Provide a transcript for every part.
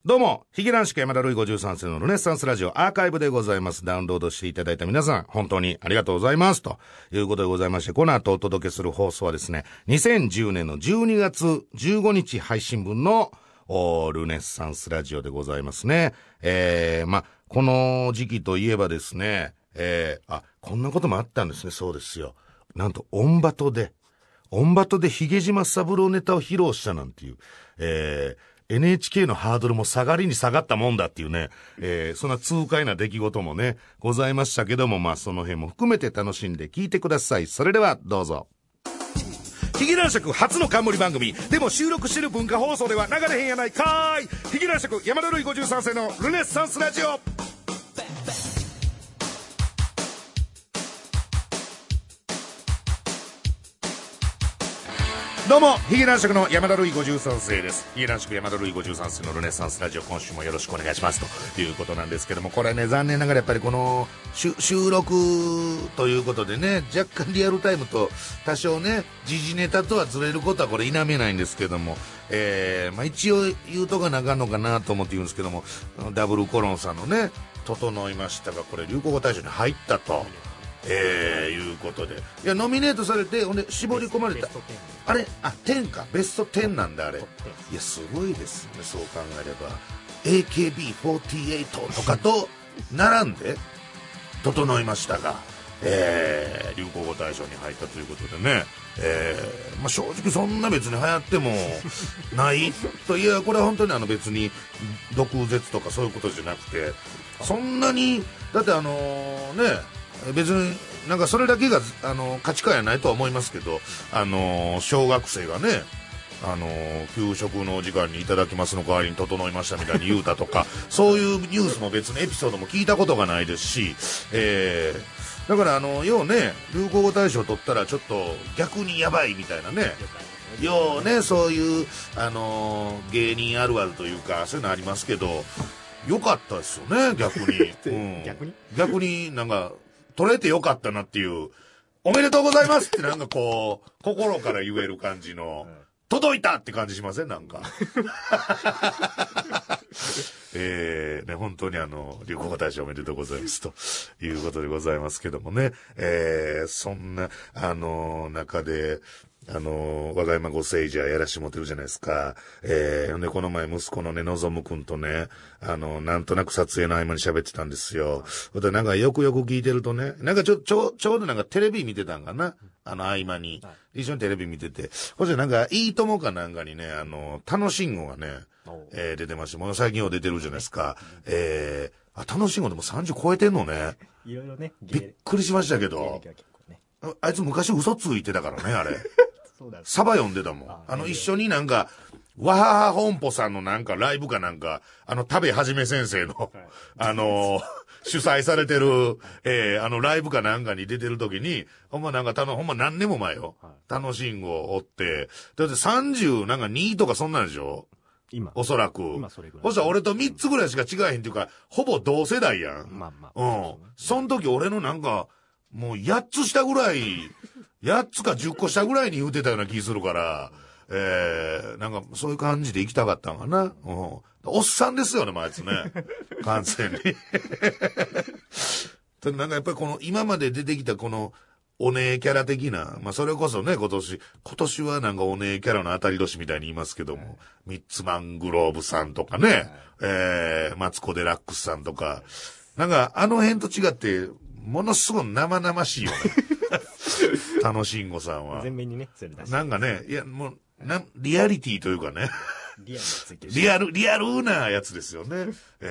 どうも、ヒゲ男子山田るい53世のルネッサンスラジオアーカイブでございます。ダウンロードしていただいた皆さん、本当にありがとうございます。ということでございまして、この後お届けする放送はですね、2010年の12月15日配信分のルネッサンスラジオでございますね。この時期といえばですね、こんなこともあったんですね。そうですよ。なんと、オンバトでヒゲ島三郎ネタを披露したなんていう、NHK のハードルも下がりに下がったもんだっていうね、そんな痛快な出来事もね、ございましたけども、その辺も含めて楽しんで聞いてください。それでは、どうぞ。ヒゲ男爵初の冠番組、でも収録してる文化放送では流れへんやないかーい。ヒゲ男爵山田るい53世のルネッサンスラジオ。どうも、ヒゲ男爵の山田るい53世です。ヒゲ男爵山田るい53世のルネッサンスラジオ、今週もよろしくお願いしますということなんですけども、これね、残念ながらやっぱりこの収録ということでね、若干リアルタイムと多少ね、時事ネタとはずれることはこれ否めないんですけども、一応言うとかなあかんのかなと思って言うんですけども、ダブルコロンさんのね、整いましたが、これ流行語大賞に入ったと。いうことで、いやノミネートされて、ほんで絞り込まれた、あれ10か、ベスト10なんだあれ。いやすごいですね、そう考えれば AKB48 とかと並んで整いましたが、流行語大賞に入ったということでね、正直そんな別に流行ってもないと。いやこれは本当に別に毒舌とかそういうことじゃなくて、そんなにだって別になんかそれだけが価値観やないとは思いますけど、小学生がね、給食のお時間にいただきますの代わりに整いましたみたいに言うたとかそういうニュースも別にエピソードも聞いたことがないですし、だから要ね、流行語大賞取ったらちょっと逆にやばいみたいなね、要ね、そういう芸人あるあるというかそういうのありますけど、よかったですよね、逆に、逆になんか取れてよかったなっていう、おめでとうございますってなんかこう心から言える感じの、届いたって感じしません？なんかね、本当に流行語大賞おめでとうございますということでございますけどもね、そんな中で我が山5世児やらしてもてるじゃないですか。で、この前息子のね、のぞむくんとね、なんとなく撮影の合間に喋ってたんですよ。で、なんかよくよく聞いてるとね、なんかちょうどなんかテレビ見てたんかな、合間に。一緒にテレビ見てて。これなんか、いいともかなんかにね、楽しんごがね、出てまして、もう最近は出てるじゃないですか。楽しんごでも30超えてんのね。 いろいろね。 びっくりしましたけど。あいつ昔嘘ついてたからね、あれ。サバ読んでたもん。一緒になんか、わはは本舗さんのなんかライブかなんか、田部はじめ先生の、主催されてる、ライブかなんかに出てる時に、ほんま何年も前よ。楽しんごおって、だって30なんか2とかそんなんでしょ？ 今。 おそらく。 今それぐらい。 そしたら俺と3つぐらいしか違えへんっていうか、ほぼ同世代やん。その時俺のなんか、もう8つ下ぐらい、8つか10個下ぐらいに言うてたような気するから、なんかそういう感じで行きたかったんかな。おっさんですよね、あいつね。完全に。なんかやっぱりこの今まで出てきたこのお姉キャラ的な、それこそね、今年はなんかお姉キャラの当たり年みたいに言いますけども、ミッツマングローブさんとかね、マツコデラックスさんとか、なんか辺と違って、ものすごい生々しいよね。楽しんごさんは。 全面にね、それ出して。 なんかね、いや、もう、リアリティというかね。リアルなやつですよね。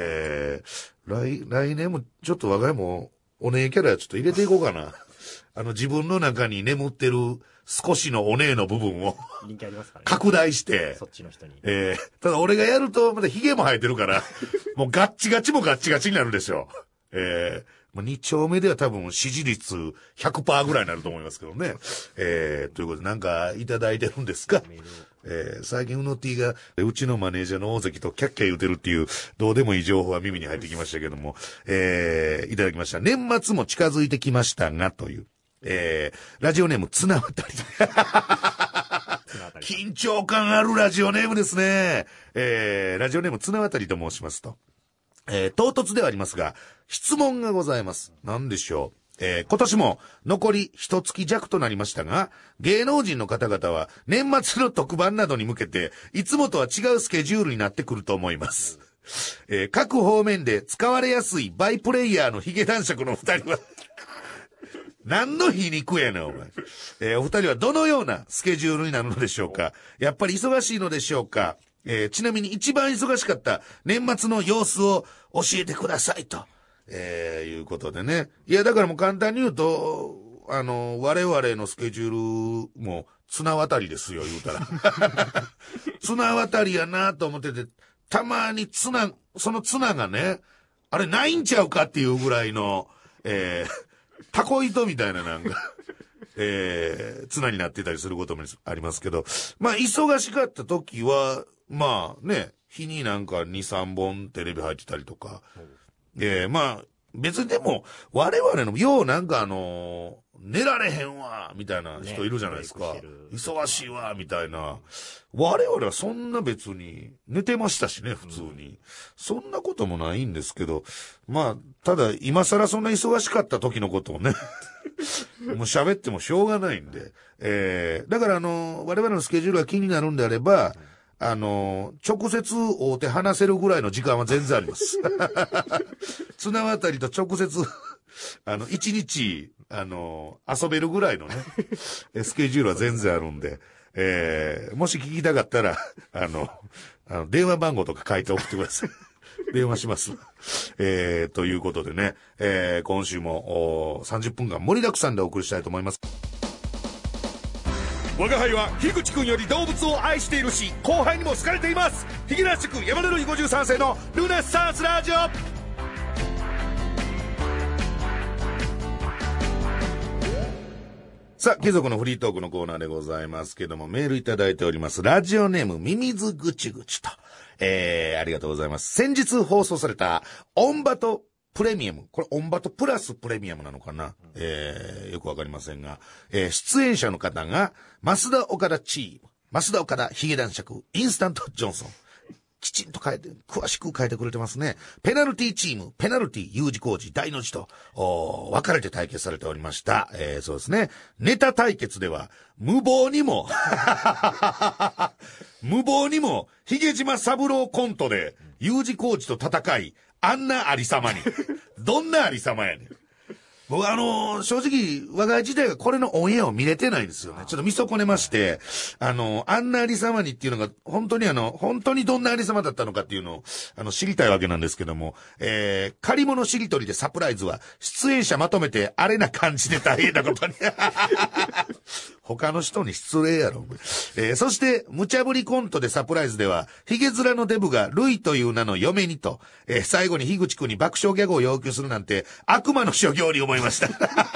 来年もちょっと我が家もお姉キャラちょっと入れていこうかな。自分の中に眠ってる少しのお姉の部分を人気ありますからね、 拡大して、 そっちの人に。 ただ俺がやるとまたヒゲも生えてるから、もうガッチガチもガッチガチになるでしょ。2丁目では多分支持率 100% ぐらいになると思いますけどね。ということでなんかいただいてるんですか？最近うの T がうちのマネージャーの大関とキャッキャ言うてるっていうどうでもいい情報が耳に入ってきましたけども、いただきました。年末も近づいてきましたがという、ラジオネーム綱渡り緊張感あるラジオネームですね。ラジオネーム綱渡りと申しますと。唐突ではありますが、質問がございます。何でしょう。今年も残り一月弱となりましたが、芸能人の方々は年末の特番などに向けて、いつもとは違うスケジュールになってくると思います。各方面で使われやすいバイプレイヤーのヒゲ男爵の二人は、何の皮肉やねん、お前。お二人はどのようなスケジュールになるのでしょうか。やっぱり忙しいのでしょうか。ちなみに一番忙しかった年末の様子を教えてくださいと。いうことでね。いや、だからもう簡単に言うと、我々のスケジュールも綱渡りですよ、言うたら。綱渡りやなと思ってて、たまにその綱がね、あれないんちゃうかっていうぐらいの、タコ糸みたいななんか、綱になってたりすることもありますけど、まあ、忙しかった時は、まあね、日になんか2、3本テレビ入ってたりとか、まあ、別にでも、我々の、ようなんか寝られへんわ、みたいな人いるじゃないですか。ね、忙しいわ、みたいな。我々はそんな別に、寝てましたしね、普通に。そんなこともないんですけど、まあ、ただ、今更そんな忙しかった時のことをね、もう喋ってもしょうがないんで。だから我々のスケジュールが気になるんであれば、直接会うて話せるぐらいの時間は全然あります。綱渡りと直接、一日、遊べるぐらいのね、スケジュールは全然あるんで、もし聞きたかったら、電話番号とか書いて送ってください。電話します。ということでね、今週も30分間盛りだくさんでお送りしたいと思います。我が輩は樋口くんより動物を愛しているし、後輩にも好かれています。ヒゲ男爵山田るい53世のルネッサンスラジオ。さあ、貴族のフリートークのコーナーでございますけども、メールいただいております。ラジオネームミミズぐちぐちと。ありがとうございます。先日放送されたオンバトプレミアム。これオンバトプラスプレミアムなのかな、よくわかりませんが、出演者の方が、増田岡田チーム、増田岡田ヒゲ男爵、インスタントジョンソン。きちんと詳しく書いてくれてますね。ペナルティチーム、ペナルティ U 字工事大の字と、分かれて対決されておりました。そうですね。ネタ対決では、無謀にも、ヒゲ島三郎コントで U 字工事と戦い、あんなありさまに。どんなありさまやねん。僕正直、我が家時代がこれのオンエアを見れてないんですよね。ちょっと見損ねまして、あんなありさまにっていうのが、本当にどんなありさまだったのかっていうのを、知りたいわけなんですけども、借り物しりとりでサプライズは、出演者まとめて、あれな感じで大変なことに。他の人に失礼やろ。そして、無茶ぶりコントでサプライズでは、ヒゲ面のデブがルイという名の嫁にと、最後に樋口くんに爆笑ギャグを要求するなんて、悪魔の所業に思いました。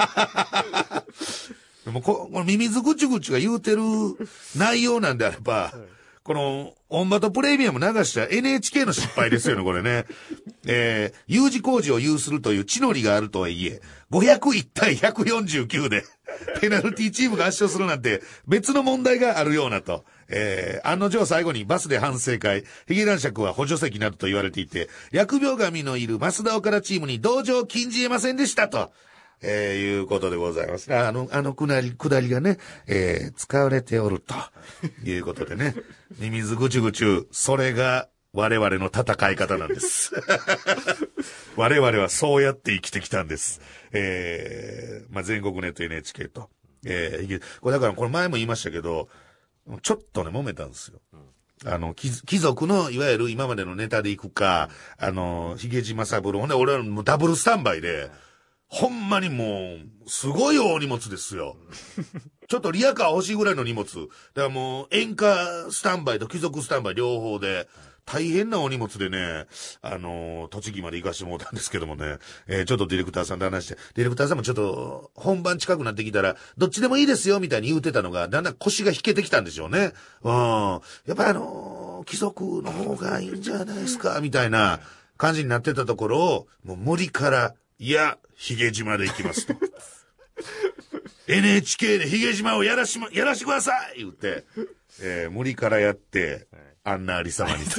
でもこのミミズぐちぐちが言うてる内容なんであれば、この、オンバトプレミアム流した NHK の失敗ですよね、これね。U 字工事を有するという地の利があるとはいえ、501対149で、ペナルティチームが圧勝するなんて、別の問題があるようなと。案の定最後にバスで反省会、ヒゲ男爵は補助席などと言われていて、疫病神のいる増田岡田チームに同情を禁じ得ませんでしたと。いうことでございます。下りがね、使われておるということでね。ミミズぐちぐち、それが我々の戦い方なんです。我々はそうやって生きてきたんです。まあ、全国ネット NHK と。これだからこれ前も言いましたけど、ちょっとね、揉めたんですよ。貴族の、いわゆる今までのネタで行くか、ヒゲ島三郎、ほんで俺はもうダブルスタンバイで、ほんまにもう、すごい大荷物ですよ。ちょっとリアカー欲しいぐらいの荷物。だからもう、演歌スタンバイと貴族スタンバイ両方で、大変なお荷物でね、栃木まで行かしてもらったんですけどもね、ちょっとディレクターさんと話して、ディレクターさんもちょっと、本番近くなってきたら、どっちでもいいですよ、みたいに言うてたのが、だんだん腰が引けてきたんでしょうね。やっぱり貴族の方がいいんじゃないですか、みたいな感じになってたところを、もう無理から、いや、ヒゲ島で行きますと。NHK でヒゲ島をやらしてください言って、 無理からやって、あんなありさまに。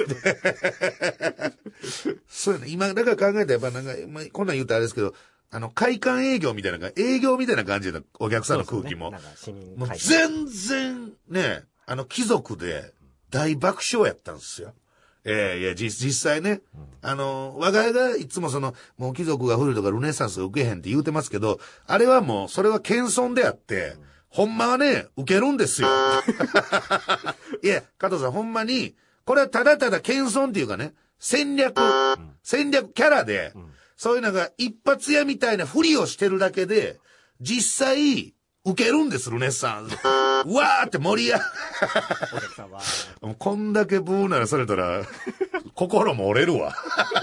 そうやね。今、だから考えたらやっぱなんか、こんなん言うとあれですけど、会館営業みたいな、営業みたいな感じで、お客さんの空気も。もう全然、ね、貴族で大爆笑やったんですよ。いや、実際ね、我が家がいつももう貴族が古いとかルネサンスが受けへんって言うてますけど、あれはもう、それは謙遜であって、ほんまはね、受けるんですよ。いや、加藤さんほんまに、これはただただ謙遜っていうかね、戦略、キャラで、そういうなんか一発屋みたいなふりをしてるだけで、実際、受けるんです、ルネッサンス。うわーって盛り上がる。こんだけブーならされたら、心も折れるわ。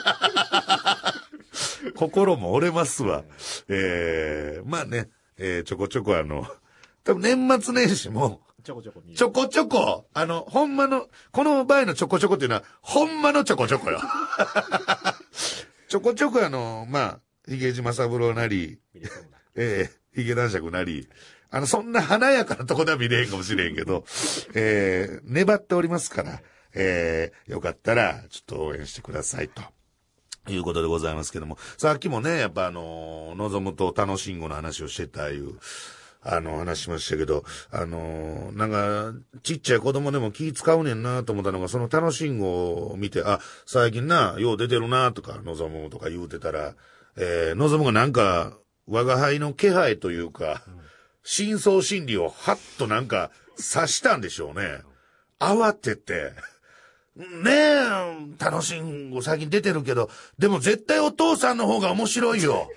心も折れますわ。まあね、ちょこちょこ多分年末年始も、ちょこちょこ、ほんまの、この場合のちょこちょこっていうのは、ほんまのちょこちょこよ。ちょこちょこまあ、ヒゲ島三郎なり、ヒゲ男爵なり、そんな華やかなとこでは見れへんかもしれんけど、粘っておりますから、よかったら、ちょっと応援してくださいと。いうことでございますけども、さっきもね、やっぱ望むと楽しんごの話をしてたいう、話しましたけど、なんか、ちっちゃい子供でも気使うねんなと思ったのが、その楽しんごを見て、あ、最近な、よう出てるなとか、望むとか言うてたら、望むがなんか、我が輩の気配というか、深層心理をはっとなんか、察したんでしょうね。慌てて、ねえ、楽しんご最近出てるけど、でも絶対お父さんの方が面白いよ。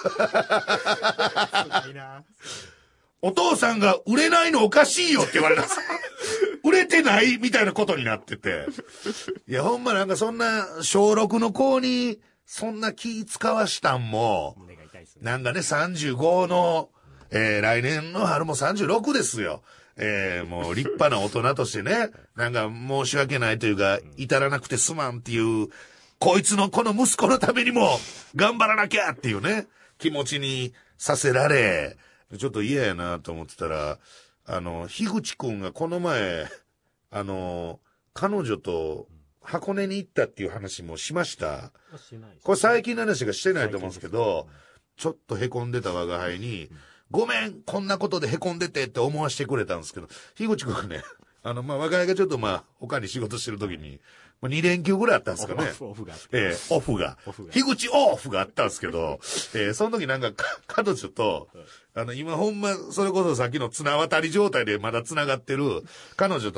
お父さんが売れないのおかしいよって言われたんです。売れてないみたいなことになってて。いや、ほんまなんかそんな小6の子にそんな気使わしたんも、なんかね、35の、来年の春も36ですよ。もう立派な大人としてね、なんか申し訳ないというか、至らなくてすまんっていう、こいつのこの息子のためにも頑張らなきゃっていうね、気持ちにさせられ、ちょっと嫌やなと思ってたら、樋口くんがこの前、彼女と箱根に行ったっていう話もしました。これ最近の話がしてないと思うんですけど、ちょっと凹んでた我が輩に、ごめん、こんなことで凹んでてって思わせてくれたんですけど、樋口くんがね、まあ、我が輩がちょっと他に仕事してる時に、2連休ぐらいあったんですかね。オフが。樋口オフがあったんですけど、その時なんか、彼女と、今ほんま、それこそさっきの綱渡り状態でまだ繋がってる、彼女と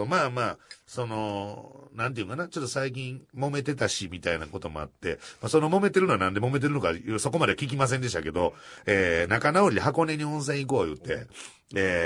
なんていうかな、ちょっと最近揉めてたし、みたいなこともあって、その揉めてるのはなんで揉めてるのか、そこまで聞きませんでしたけど、仲直りで箱根に温泉行こう言って、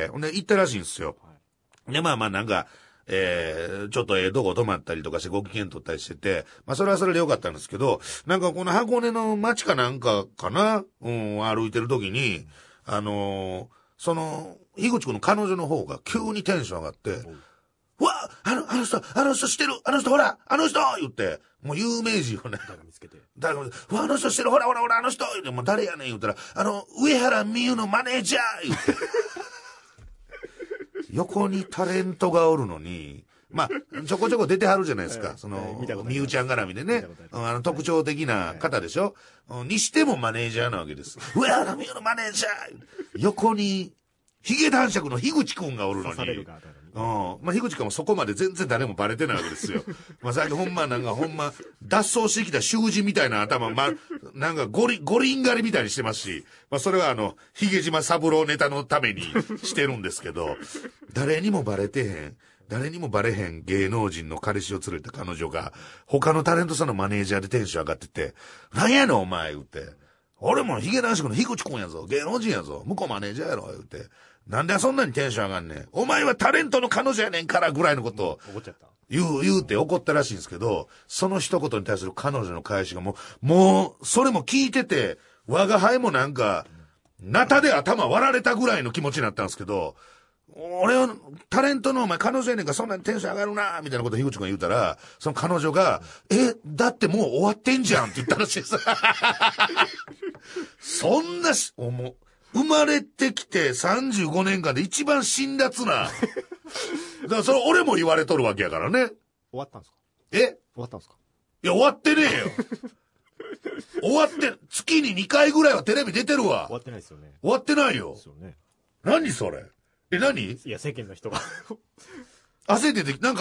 ほんで行ったらしいんですよ。で、なんか、ちょっとどこ泊まったりとかしてご機嫌取ったりしてて、それはそれでよかったんですけど、なんかこの箱根の街かなんかかな、歩いてる時に、樋口くんの彼女の方が急にテンション上がって、うわ、あの人知ってる、あの人ほら、あの人言って、もう有名人をね、誰がうわ、あの人知ってる、ほら、あの人言って、もう誰やねん言ったら、上原美優のマネージャー言って、横にタレントがおるのに、ちょこちょこ出てはるじゃないですか。みゆちゃん絡みでね。特徴的な方でしょ。にしてもマネージャーなわけです。上原美優のマネージャー横に、ヒゲ男爵の樋口くんがおるのに。樋口くんもそこまで全然誰もバレてないわけですよ。最近ほんま脱走してきた囚人みたいな頭、なんかゴリン狩りみたいにしてますし、それはヒゲ島三郎ネタのためにしてるんですけど、誰にもバレへん芸能人の彼氏を連れた彼女が、他のタレントさんのマネージャーでテンション上がってて、なんやねんお前言って、俺もヒゲ男爵の樋口くんやぞ、芸能人やぞ、向こうマネージャーやろ言って、なんでそんなにテンション上がんねん。お前はタレントの彼女やねんからぐらいのことを言うて怒ったらしいんですけど、その一言に対する彼女の返しがもう、それも聞いてて、我が輩もなんか、ナタで頭割られたぐらいの気持ちになったんですけど、俺はタレントのお前彼女やねんからそんなにテンション上がるなみたいなことを樋口くんが言うたら、その彼女が、だってもう終わってんじゃんって言ったらしいです。そんな生まれてきて35年間で一番辛辣なだからそれ俺も言われとるわけやからね。 終わったんですか？ 終わったんですか？ いや、終わってねえよ。終わって、月に2回ぐらいはテレビ出てるわ。 終わってないですよね。 終わってないよ。 ですよね。 何それ？何？ いや、世間の人が。 汗出てきちゃった。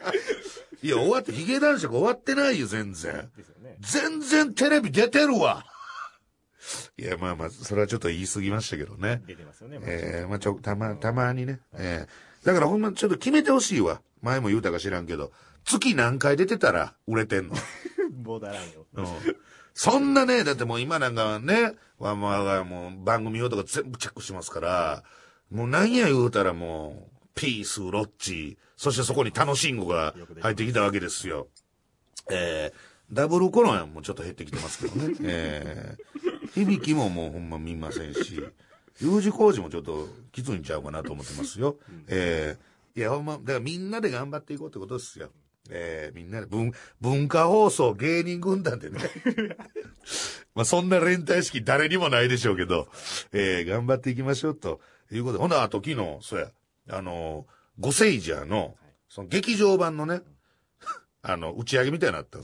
いや、終わって、ヒゲ男爵終わってないよ、全然。 ですよね。 全然テレビ出てるわ。いや、まあまあ、それはちょっと言い過ぎましたけどね。 出てますよね。 まあたまにね。だからほんまちょっと決めてほしいわ。前も言うたか知らんけど。月何回出てたら売れてんの。 ボーダーラインを。 そんなね、だってもう今なんかね、もう番組用とか全部チェックしますから、もう何や言うたらもう、ピース、ロッチ、そしてそこに楽しんごが入ってきたわけですよ。ダブルコロナもちょっと減ってきてますけどね。響きももうほんま見ませんし、U字工事もちょっときついんちゃうかなと思ってますよ。いやほんま、だからみんなで頑張っていこうってことですよ。みんなで文化放送芸人軍団でね。まあそんな連帯式誰にもないでしょうけど、頑張っていきましょうということで。ほんなあと昨日、そうや、ゴセイジャーの、その劇場版のね、打ち上げみたいになったんです。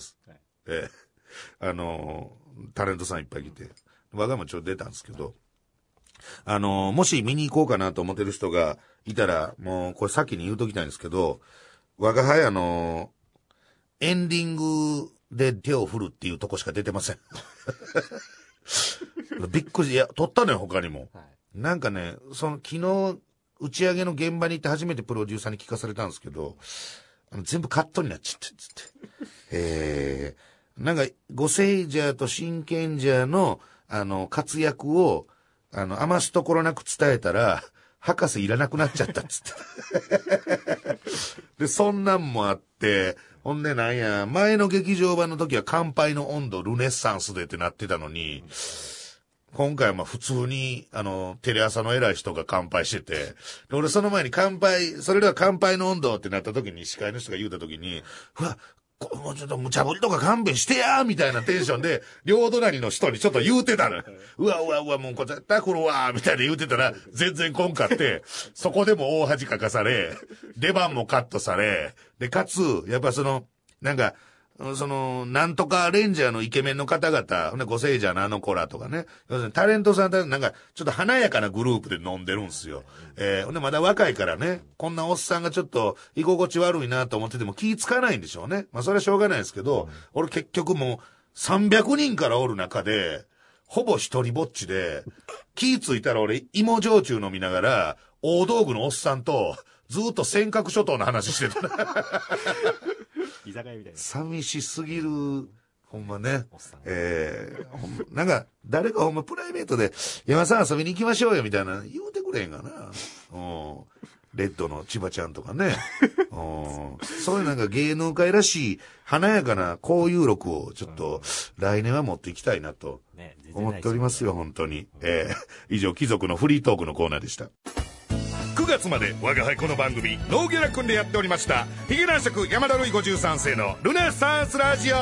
タレントさんいっぱい来て、我がもちょっと出たんですけど、もし見に行こうかなと思ってる人がいたら、もうこれ先に言うときたいんですけど、我が輩エンディングで手を振るっていうとこしか出てません。びっくり、いや、撮ったのよ、他にも。なんかね、昨日、打ち上げの現場に行って初めてプロデューサーに聞かされたんですけど、全部カットになっちゃって、つって。なんか、ゴセイジャーと真剣ジャーの、活躍を、余すところなく伝えたら、博士いらなくなっちゃったっつって。で、そんなんもあって、ほんでなんや、前の劇場版の時は乾杯の温度ルネッサンスでってなってたのに、今回はまあ普通に、テレ朝の偉い人が乾杯してて、で俺その前にそれでは乾杯の温度ってなった時に司会の人が言うた時に、うわ、もうちょっと無茶ぶりとか勘弁してやーみたいなテンションで、両隣の人にちょっと言うてたの。うわ、もうこれ絶対来るわーみたいな言うてたら、全然来んかって、そこでも大恥かかされ、出番もカットされ、で、かつ、やっぱなんか、なんとかレンジャーのイケメンの方々、ゴセイジャーの子らとかね、要するにタレントさんなんか、ちょっと華やかなグループで飲んでるんすよ。ほんでまだ若いからね、こんなおっさんがちょっと居心地悪いなと思ってても気つかないんでしょうね。まあそれはしょうがないですけど、俺結局もう300人からおる中で、ほぼ一人ぼっちで、気ついたら俺芋焼酎飲みながら、大道具のおっさんと、ずっと尖閣諸島の話してた。 居酒屋みたいな。 寂しすぎる、ほんまね。なんか、誰かほんまプライベートで、山さん遊びに行きましょうよみたいな言うてくれへんかな。レッドの千葉ちゃんとかね。そういうなんか芸能界らしい華やかな交友録をちょっと来年は持っていきたいなと思っておりますよ、本当に。以上、貴族のフリートークのコーナーでした。9月まで我が輩この番組ノーギャラ君でやっておりましたヒゲ男爵山田るい53世のルネサンスラジオ。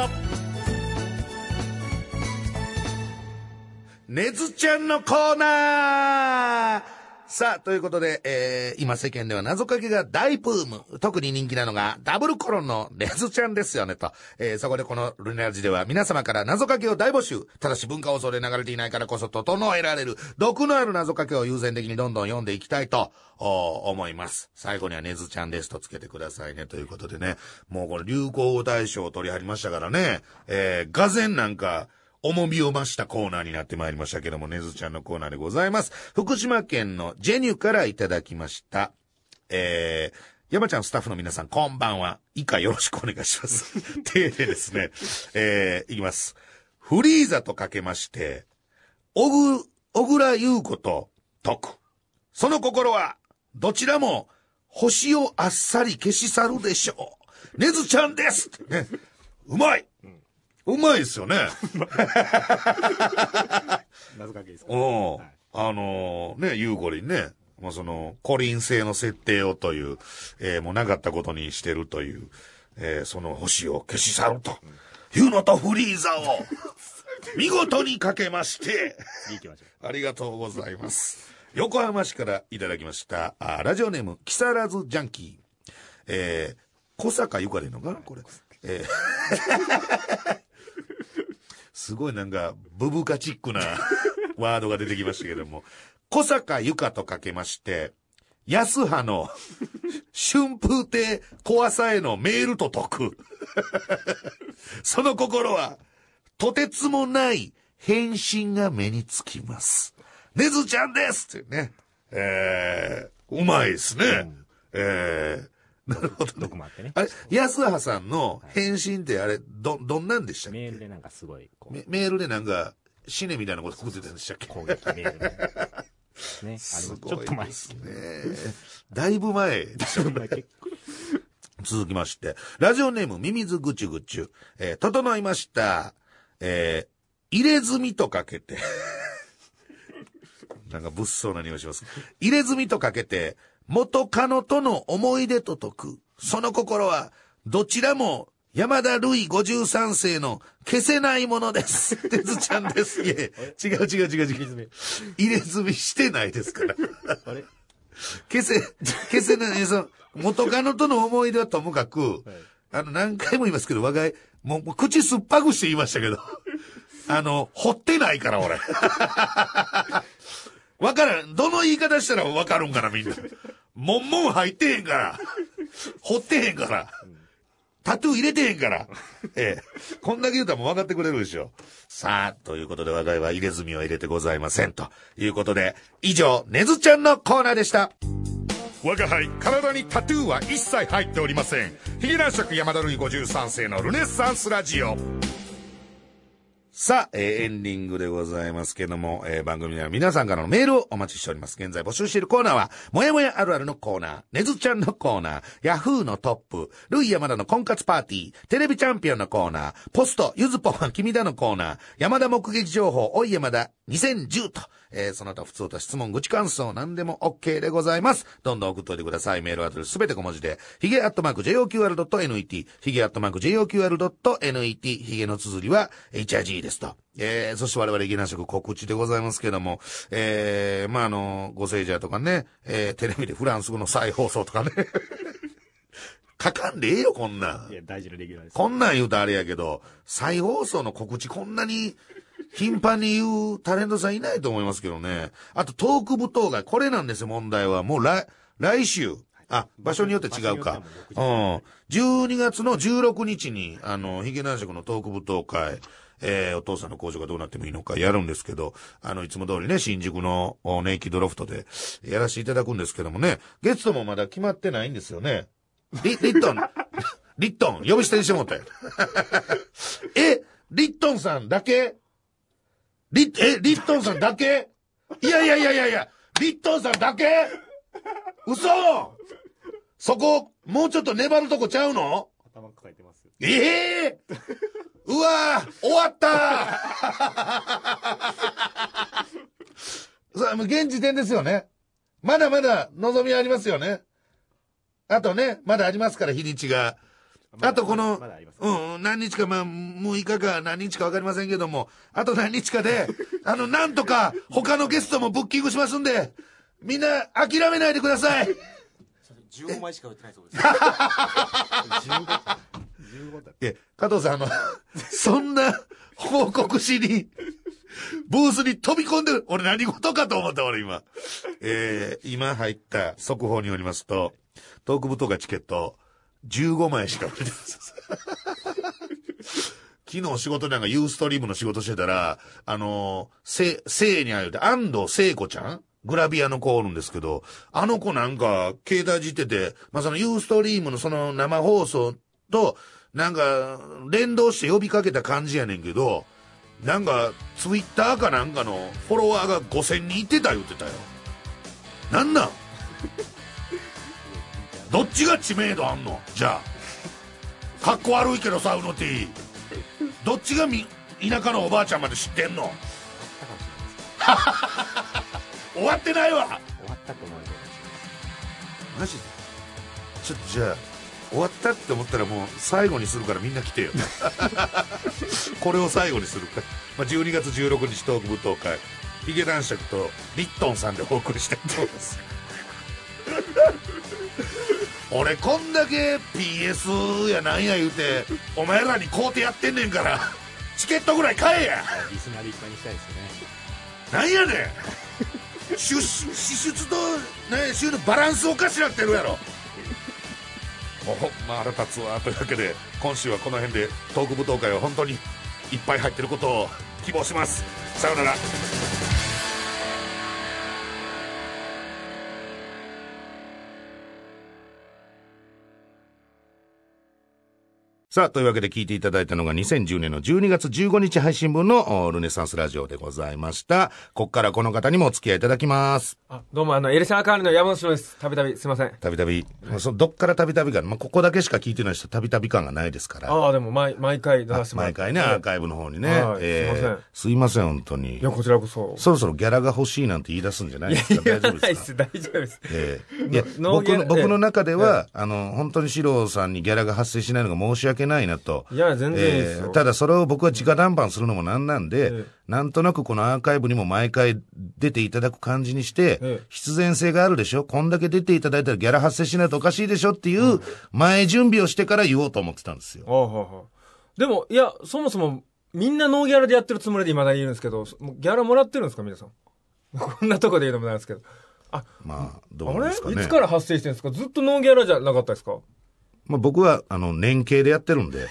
ねずちゃんのコーナー。さあ、ということで、今世間では謎かけが大ブーム。特に人気なのがダブルコロンのねずちゃんですよねと。そこでこのルネラジでは皆様から謎かけを大募集。ただし文化放送で流れていないからこそ整えられる毒のある謎かけを優先的にどんどん読んでいきたいと思います。最後にはねずちゃんですとつけてくださいねということでね。もうこれ流行語大賞を取り張りましたからね。がぜんなんか、重みを増したコーナーになってまいりましたけども、ねずちゃんのコーナーでございます。福島県のジェニュからいただきました。山ちゃんスタッフの皆さん、こんばんは。以下よろしくお願いします。丁寧ですね。いきます。フリーザとかけまして、小倉優子と解く。その心は、どちらも、星をあっさり消し去るでしょう。ねずちゃんです。ね、うまいうまいですよね。 謎かけですか？ ね、ユーゴリンね、もうコリン星の設定をという、もうなかったことにしてるという、その星を消し去るというのとフリーザを見事にかけまして、ありがとうございます。 横浜市からいただきました。ラジオネーム、木更津ジャンキー。小坂ゆかでいいのかなこれ。すごいなんか、ブブカチックなワードが出てきましたけども。小坂ゆかとかけまして、安葉の春風亭小朝へのメールと解く。その心は、とてつもない返信が目につきます。ねずちゃんですってね。うまいですね。なるほど、ね。 毒もあってね。 あれ、安葉さんの返信ってあれ、どんなんでしたっけ？ メールでなんかすごいこうメールでなんか、死ねみたいなこと作ってたんでしたっけ？ 攻撃メールで。ね。 すごいちょっと前ですね。だいぶ前でしょ。 結構続きまして、ラジオネームミミズぐちゅぐちゅ。整いました。入れ墨とかけて。なんか物騒な匂いします。入れ墨とかけて、元カノとの思い出と解く。その心は、どちらも山田るい53世の消せないものです。てずちゃんです。いえ、違う。入れ墨してないですから。 あれ消せない、元カノとの思い出はともかく、何回も言いますけど、我が家、もう口酸っぱくして言いましたけど、掘ってないから、俺。わからん。どの言い方したらわかるんかな、みんな。もん入ってへんから。掘ってへんから。タトゥー入れてへんから。こんだけ言うたらもう分かってくれるでしょ。さあ、ということで我が家は入れ墨を入れてございません。ということで、以上、ねずちゃんのコーナーでした。我が輩、体にタトゥーは一切入っておりません。ヒゲ男爵山田るい53世のルネッサンスラジオ。さあ、エンディングでございますけども、番組では皆さんからのメールをお待ちしております。現在募集しているコーナーは、もやもやあるあるのコーナー、ねずちゃんのコーナー、ヤフーのトップ、ルイ山田の婚活パーティー、テレビチャンピオンのコーナー、ポスト、ゆずぽんは君だのコーナー、山田目撃情報、おい山田2010と、その他普通と質問、愚痴感想、何でも OK でございます。どんどん送っといてください。メールアドレスすべて小文字で、ヒゲ@joqr.net、ヒゲ@joqr.net、ヒゲの綴りは HIG ですと。そして我々ヒゲ男爵告知でございますけども、ご聖者とかね、テレビでフランス語の再放送とかね。かかんでええよ、こんなん。 いや、大事なレギュラーです。 こんなん言うとあれやけど、再放送の告知こんなに、頻繁に言うタレントさんいないと思いますけどね。あとトーク舞踏会。これなんですよ、問題は。もう来週。場所によって違うか。12月の16日に、ヒゲ男爵のトーク舞踏会、お父さんの工場がどうなってもいいのかやるんですけど、いつも通りね、新宿のネイキッドロフトでやらせていただくんですけどもね、ゲストもまだ決まってないんですよね。リットン、呼び捨てにしてもったよ。リットンさんだけリットンさんだけいや、リットンさんだけ嘘そこ、もうちょっと粘るとこちゃうの？ 頭抱えてます。 うわー終わったさあ、もう現時点ですよね。まだまだ望みありますよね。あとね、まだありますから、日にちが。あとこの、何日か、6日か何日かわかりませんけども、あと何日かで、なんとか他のゲストもブッキングしますんで、みんな諦めないでください。 15枚しか売ってないそうです。 15だ。加藤さん、そんな報告しに、ブースに飛び込んでる。俺何事かと思った、俺今。今入った速報によりますと、トーク舞踏会チケット、15枚しか売れてないです。昨日仕事なんかユーストリームの仕事してたら、聖にあゆで安藤聖子ちゃんグラビアの子おるんですけど、あの子なんか携帯いじってて、そのユーストリームのその生放送と、なんか連動して呼びかけた感じやねんけど、なんかツイッターかなんかのフォロワーが5000人いってた言ってたよ。なんなんどっちが知名度あんのじゃあ。かっこ悪いけどさ、うの T。どっちが田舎のおばあちゃんまで知ってんの終わってないわ。 終わったと思うけど。 マジでちょっとじゃあ、終わったって思ったらもう最後にするからみんな来てよ。これを最後にするから。12月16日トーク舞踏会。 ヒゲ男爵とリットンさんでお送りしたいと思います俺こんだけ PS やなんや言うてお前らに買うてやってんねんからチケットぐらい買えや。 リスナーでいっぱいにしたいですね。 なんやねん支出と、ね、収入のバランスおかしなってるやろ。もうほんま腹立つわ。というわけで今週はこの辺でトーク舞踏会は本当にいっぱい入ってることを希望します。さようなら。さあ、というわけで聞いていただいたのが2010年の12月15日配信分のルネサンスラジオでございました。こっからこの方にもお付き合いいただきます。 どうもエレシャーカールの山本です。たびたびすいません。 たびたび。どっからたびたびか、ここだけしか聞いてない人たびたび感がないですから。 でも毎回出させてもらって。 毎回ね、アーカイブの方にね。 すいません。 すいません、本当に。 いや、こちらこそ。 そろそろギャラが欲しいなんて言い出すんじゃないですか。 大丈夫です。大丈夫です。 いや、僕の中では、本当に四郎さんにギャラが発生しないのが申し訳ないなと。 いや、全然いいですよ。 ただそれを僕は直談判するのもなんなんで、なんとなくこのアーカイブにも毎回出ていただく感じにして、必然性があるでしょ、こんだけ出ていただいたらギャラ発生しないとおかしいでしょっていう前準備をしてから言おうと思ってたんですよ。 でも、いや、そもそもみんなノーギャラでやってるつもりで未だにいるんですけど、ギャラもらってるんですか皆さん。こんなとこで言うのもなんですけど。 どうなんですかね。 あれいつから発生してるんですか。ずっとノーギャラじゃなかったですか。 僕は、年計でやってるんで。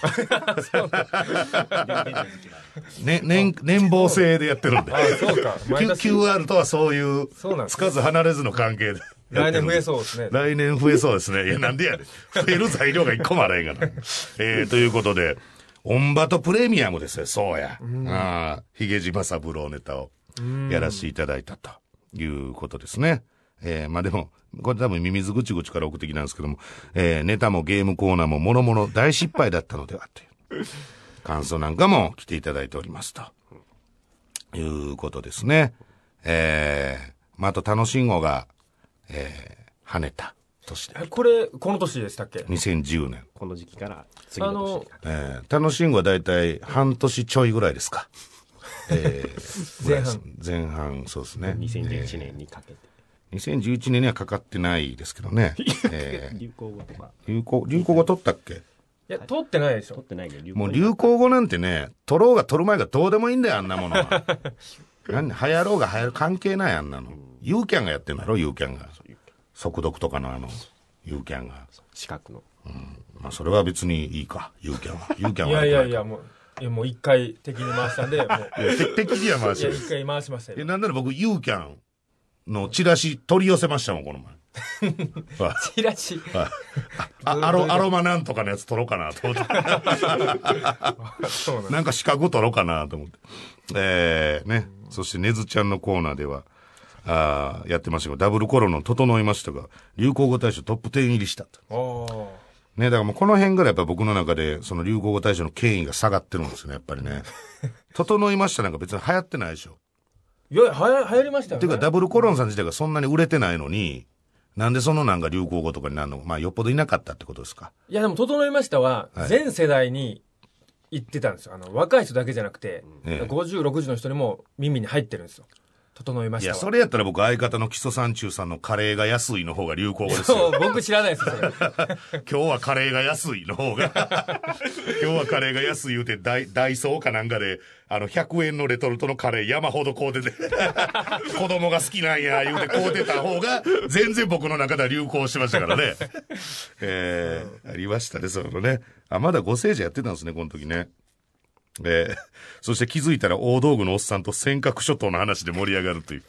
年俸制でやってるんで。 そうか。 QR とはそういう、つかず離れずの関係で。 来年増えそうですね。 来年増えそうですね。いや、なんでやねん。増える材料が一個もあらへんがな。ということで、オンバトプレミアムですよ、そうや。ヒゲ島三郎ネタをやらせていただいたということですね。でも、これ多分ミミズぐちぐちから送ってきたんですけども、ネタもゲームコーナーももろもろ大失敗だったのではという感想なんかも来ていただいておりますということですね。あと楽しんごが、跳ねた年で。 この年でしたっけ ?2010 年。 この時期から次の年。 楽しんごはだいたい半年ちょいぐらいですか。前半、そうですね。 2011年にかけて。 2011年にはかかってないですけどね。 流行語とか。 流行語取ったっけ？ いや、取ってないでしょ。 取ってないね。 もう流行語なんてね、取ろうが取る前がどうでもいいんだよ、あんなものは。流行ろうが流行る関係ない、あんなの。ユーキャンがやってんだろ、ユーキャンが。速読とかのユーキャンが。 資格の。 それは別にいいか、ユーキャンは。ユーキャンは。いや、もう一回敵に回したんで、もう。 敵には回した。 いや、一回回しましたよ。 なんなら僕、ユーキャンのチラシ取り寄せましたもん、この前。 チラシアロマなんとかのやつ取ろうかなと思って。なんか資格取ろうかなと思って。ね。そして、ねずちゃんのコーナーでは、やってましたけど、ダブルコロナ整いましたが、流行語大賞トップ10入りしたと。ね、だからもうこの辺ぐらいやっぱ僕の中で、その流行語大賞の権威が下がってるんですよね、やっぱりね。整いましたなんか別に流行ってないでしょ。 いや、流行りましたよね。 ていうか、ダブルコロナさん自体がそんなに売れてないのに、なんでそのなんか流行語とかになるの？よっぽどいなかったってことですか？ いや、でも、整いましたは、全世代に言ってたんですよ。若い人だけじゃなくて、50、60の人にも耳に入ってるんですよ。整いました。 いや、それやったら僕、相方の基礎山中さんのカレーが安いの方が流行語ですよ。 僕知らないですよ、それ。 今日はカレーが安いの方が。今日はカレーが安い言うて、ダイソーかなんかで、100円のレトルトのカレー山ほど買うてて、子供が好きなんや、言うて買うてた方が、全然僕の中では流行しましたからね。ありましたね、そのね。まだご聖者やってたんですね、この時ね。そして気づいたら大道具のおっさんと尖閣諸島の話で盛り上がるという。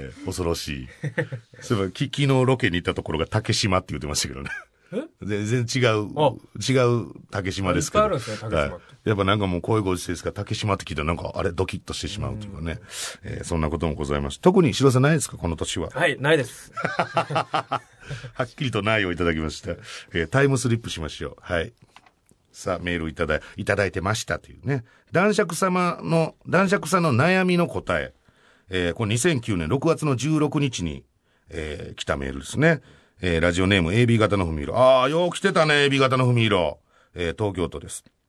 恐ろしい。そういえば、昨日ロケに行ったところが竹島って言ってましたけどね。全然違う竹島ですけど。 いっぱいあるんですね、竹島って。 やっぱなんかもうこういうご時世ですから、竹島って聞いたらなんかあれドキッとしてしまうというかね。そんなこともございます。特に白さんないですか、この年は。 はい、ないです。 はっきりとないをいただきました。タイムスリップしましょう。はい。さあ、メールいただいてましたというね。男爵さんの悩みの答え。これ2009年6月の16日に、来たメールですね。ラジオネーム AB 型のふみいろ。よう来てたね、AB 型のふみいろ。東京都です。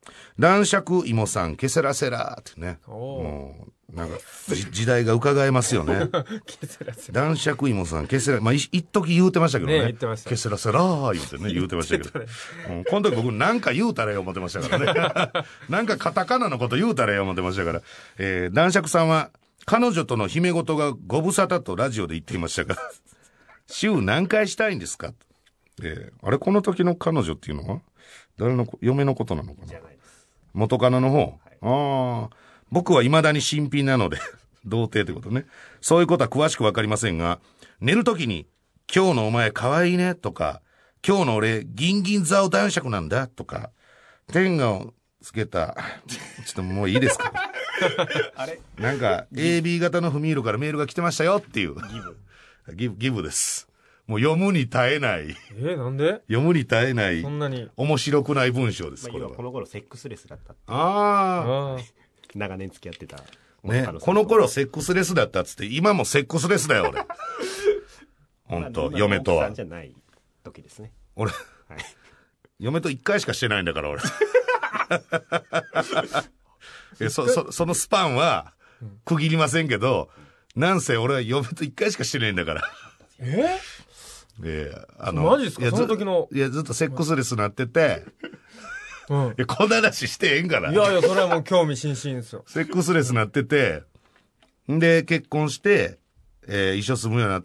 男爵芋さん、ケセラセラってね。もう、なんか、時代が伺えますよね。 ケセラセラ。 男爵芋さん、ケセラ、まあ、一時言うてましたけどね。 ね言ってました。 ケセラセラー言うてね、言うてましたけど。この時僕なんか言うたらよ思ってましたからね。なんかカタカナのこと言うたらよ思ってましたから。男爵さんは、彼女との秘め事がご無沙汰とラジオで言っていましたが、週何回したいんですか？あれ、この時の彼女っていうのは誰の嫁のことなのかな？ じゃないです。 元カノの方。 はい、 ああ。僕は未だに新品なので、童貞ってことね。そういうことは詳しくわかりませんが、寝るときに、今日のお前可愛いねとか、今日の俺、ギンギンザオ男爵なんだとか、天下をつけた、ちょっともういいですか？ あれなんか、AB 型のフミールからメールが来てましたよっていう。ギブです。もう読むに耐えない。 なんで？ 読むに耐えない。 そんなに。 面白くない文章です、 これは。この頃セックスレスだったって。 ああ。 長年付き合ってた。 ね。この頃セックスレスだったっつって、今もセックスレスだよ、俺。本当嫁とは。 じゃない時ですね。 俺、はい、嫁と一回しかしてないんだから、俺。そのスパンは、区切りませんけど、なんせ俺は嫁と一回しかしてないんだから。 マジですか？その時の。 いや、ずっとセックスレスなってて、こんな話してええんかな。 いやいや、それはもう興味津々ですよ。 セックスレスなってて、んで、結婚して、一緒住むようになって、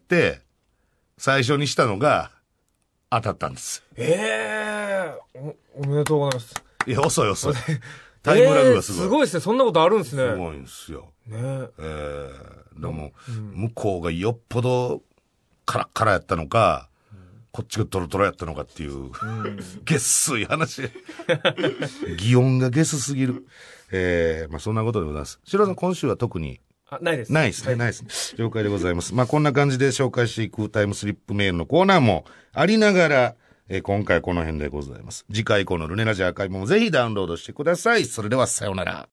最初にしたのが、当たったんです。 おめでとうございます。 いや、遅い。タイムラグがすごい。 すごいですね。そんなことあるんですね。 すごいんですよ。 ねでも、向こうがよっぽどカラッカラやったのか、こっちがトロトロやったのかっていう、ゲッスい話。擬音がゲスすぎる。まあそんなことでございます。白さん、今週は特にないです。 ないですね、ないですね。了解でございます。まあこんな感じで紹介していくタイムスリップメールのコーナーもありながら、今回この辺でございます。次回以降のルネラジアーカイブもぜひダウンロードしてください。それではさようなら。